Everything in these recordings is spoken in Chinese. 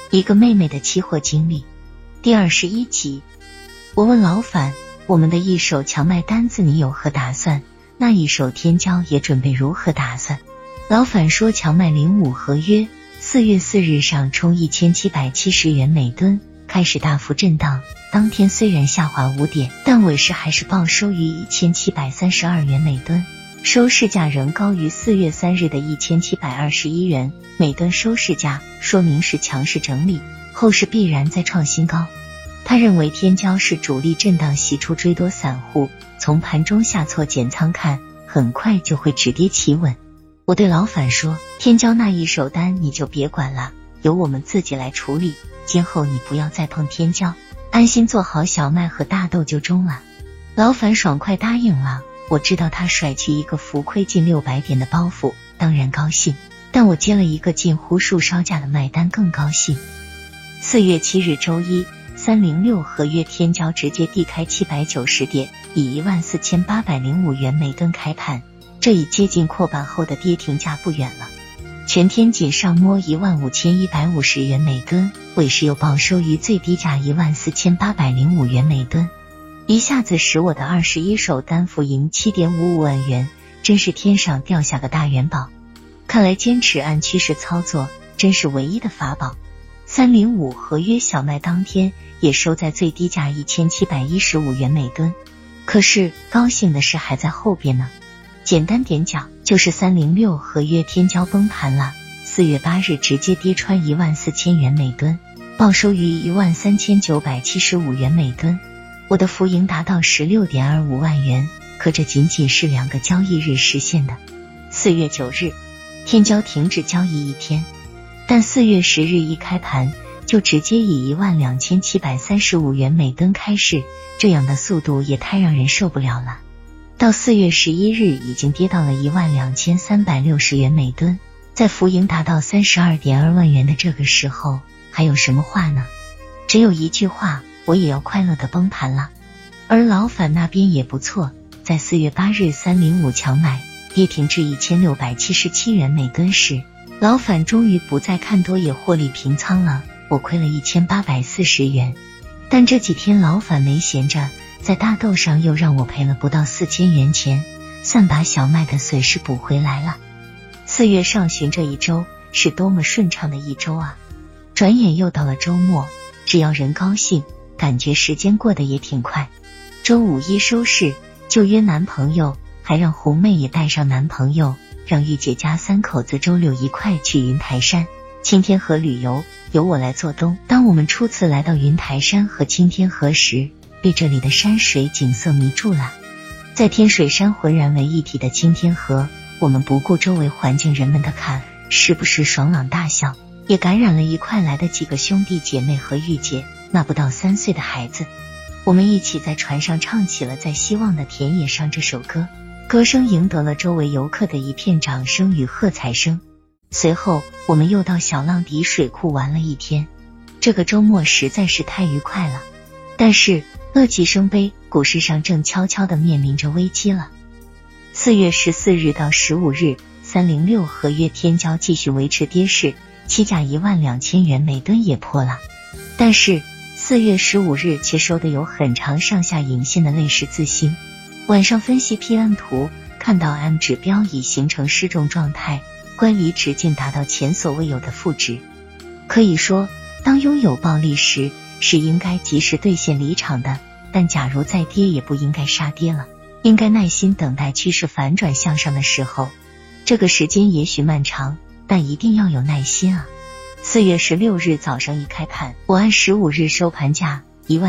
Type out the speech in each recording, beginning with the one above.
一个妹妹的期货经历第21集。我问老板，我们的一手荞麦单子你有何打算？那一手天椒也准备如何打算？老板说荞麦05合约4月4日上冲1770元每吨，开始大幅震荡，当天虽然下滑5点，但尾市还是报收于1732元每吨，收市价仍高于4月3日的1721元每吨收市价，说明是强势整理，后市必然再创新高。他认为天椒是主力震荡洗出追多散户，从盘中下挫减仓看，很快就会止跌企稳。我对老板说，天椒那一手单你就别管了，由我们自己来处理，今后你不要再碰天椒，安心做好小麦和大豆就中了。老板爽快答应了。我知道他甩去一个浮亏近600点的包袱，当然高兴，但我接了一个近乎数烧价的卖单更高兴。4月7日周一306合约天椒直接低开790点，以14805元每吨开盘，这已接近扩板后的跌停价不远了。全天仅上摸15150元每吨，尾市又报收于最低价14805元每吨，一下子使我的21手单幅盈7.55万元，真是天上掉下个大元宝。看来坚持按趋势操作真是唯一的法宝。305合约小麦当天也收在最低价1715元每吨，可是高兴的事还在后边呢。简单点讲，就是306合约天椒崩盘了，4月8日直接跌穿14000元每吨，报收于13975元每吨，我的浮盈达到 16.25 万元，可这仅仅是2个交易日实现的。4月9日天椒停止交易一天，但4月10日一开盘就直接以12735元每吨开市，这样的速度也太让人受不了了。到4月11日已经跌到了12360元每吨，在浮盈达到 32.2 万元的这个时候，还有什么话呢？只有一句话，我也要快乐的崩盘了。而老板那边也不错，在4月8日305荞麦跌停至1677元每吨时，老板终于不再看多，也获利平仓了，我亏了1840元。但这几天老板没闲着，在大豆上又让我赔了不到4000元钱，算把小麦的损失补回来了。4月上旬这一周是多么顺畅的一周啊！转眼又到了周末，只要人高兴，感觉时间过得也挺快。周五一收市就约男朋友，还让红妹也带上男朋友，让玉姐家3口子周六一块去云台山青天河旅游，由我来做东。当我们初次来到云台山和青天河时，被这里的山水景色迷住了。在天水山浑然为一体的青天河，我们不顾周围环境人们的看，时不时爽朗大笑，也感染了一块来的几个兄弟姐妹和玉姐那不到3岁的孩子。我们一起在船上唱起了在希望的田野上这首歌，歌声赢得了周围游客的一片掌声与喝彩声。随后我们又到小浪底水库玩了一天，这个周末实在是太愉快了。但是乐极生悲，股市上正悄悄地面临着危机了。4月14日到15日306合约天椒继续维持跌势，期价12000元每吨也破了。但是4月15日却收的有很长上下影线的类十字星。晚上分析 PM 图，看到 M 指标已形成失重状态，乖离值竟达到前所未有的负值。可以说，当拥有暴利时是应该及时兑现离场的，但假如再跌也不应该杀跌了，应该耐心等待趋势反转向上的时候。这个时间也许漫长，但一定要有耐心啊。4月16日早上一开盘，我按15日收盘价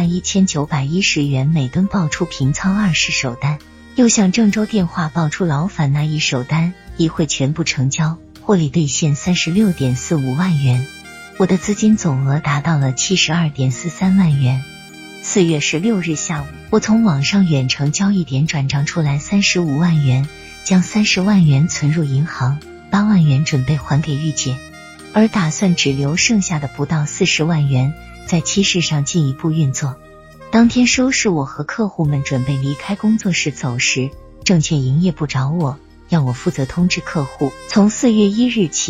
11910元每吨爆出平仓20手单，又向郑州电话报出老板那一手单，一会全部成交，获利兑现 36.45 万元，我的资金总额达到了 72.43 万元。4月16日下午，我从网上远程交易点转账出来35万元，将30万元存入银行，8万元准备还给玉姐，而打算只留剩下的不到40万元在期市上进一步运作。当天收市，我和客户们准备离开工作室走时，证券营业部找我，要我负责通知客户，从4月1日起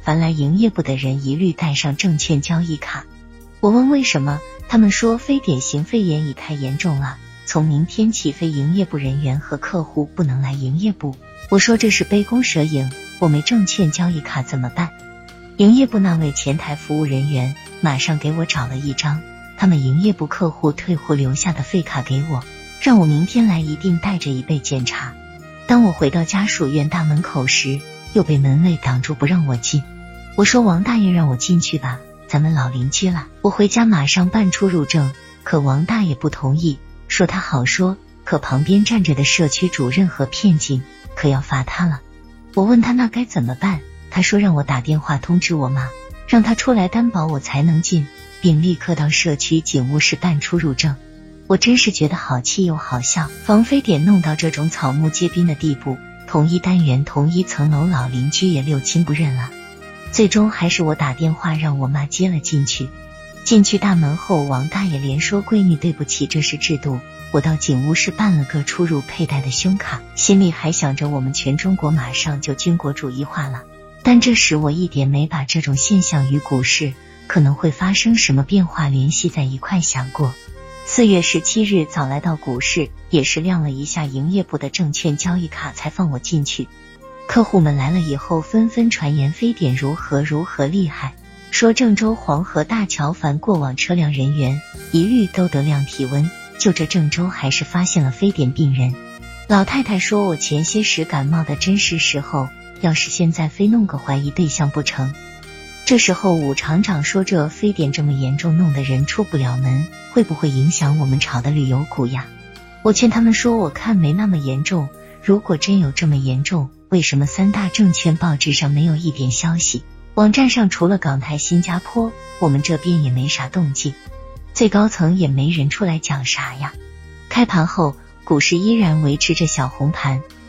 凡来营业部的人一律带上证券交易卡。我问为什么，他们说非典型肺炎已太严重了，从明天起非营业部人员和客户不能来营业部。我说这是杯弓蛇影，我没证券交易卡怎么办？营业部那位前台服务人员马上给我找了一张他们营业部客户退货留下的废卡给我，让我明天来一定带着以备检查。当我回到家属院大门口时，又被门卫挡住不让我进。我说王大爷让我进去吧，咱们老邻居了，我回家马上办出入证。可王大爷不同意，说他好说，可旁边站着的社区主任和片警可要罚他了。我问他那该怎么办，他说让我打电话通知我妈，让他出来担保我才能进，并立刻到社区警务室办出入证。我真是觉得好气又好笑，防非典弄到这种草木皆兵的地步，同一单元同一层楼老邻居也六亲不认了。最终还是我打电话让我妈接了进去。进去大门后，王大爷连说闺女对不起，这是制度。我到警务室办了个出入佩戴的胸卡，心里还想着我们全中国马上就军国主义化了。但这时我一点没把这种现象与股市可能会发生什么变化联系在一块想过。4月17日早来到股市，也是亮了一下营业部的证券交易卡才放我进去。客户们来了以后纷纷传言非典如何厉害，说郑州黄河大桥凡过往车辆人员一律都得量体温，就这郑州还是发现了非典病人。老太太说我前些时感冒的真是时候，要是现在非弄个怀疑对象不成。这时候武厂长说这非典这么严重，弄得人出不了门，会不会影响我们炒的旅游股呀？我劝他们说我看没那么严重，如果真有这么严重，为什么3大证券报纸上没有一点消息？网站上除了港台新加坡，我们这边也没啥动静，最高层也没人出来讲啥呀。开盘后股市依然维持着小红盘，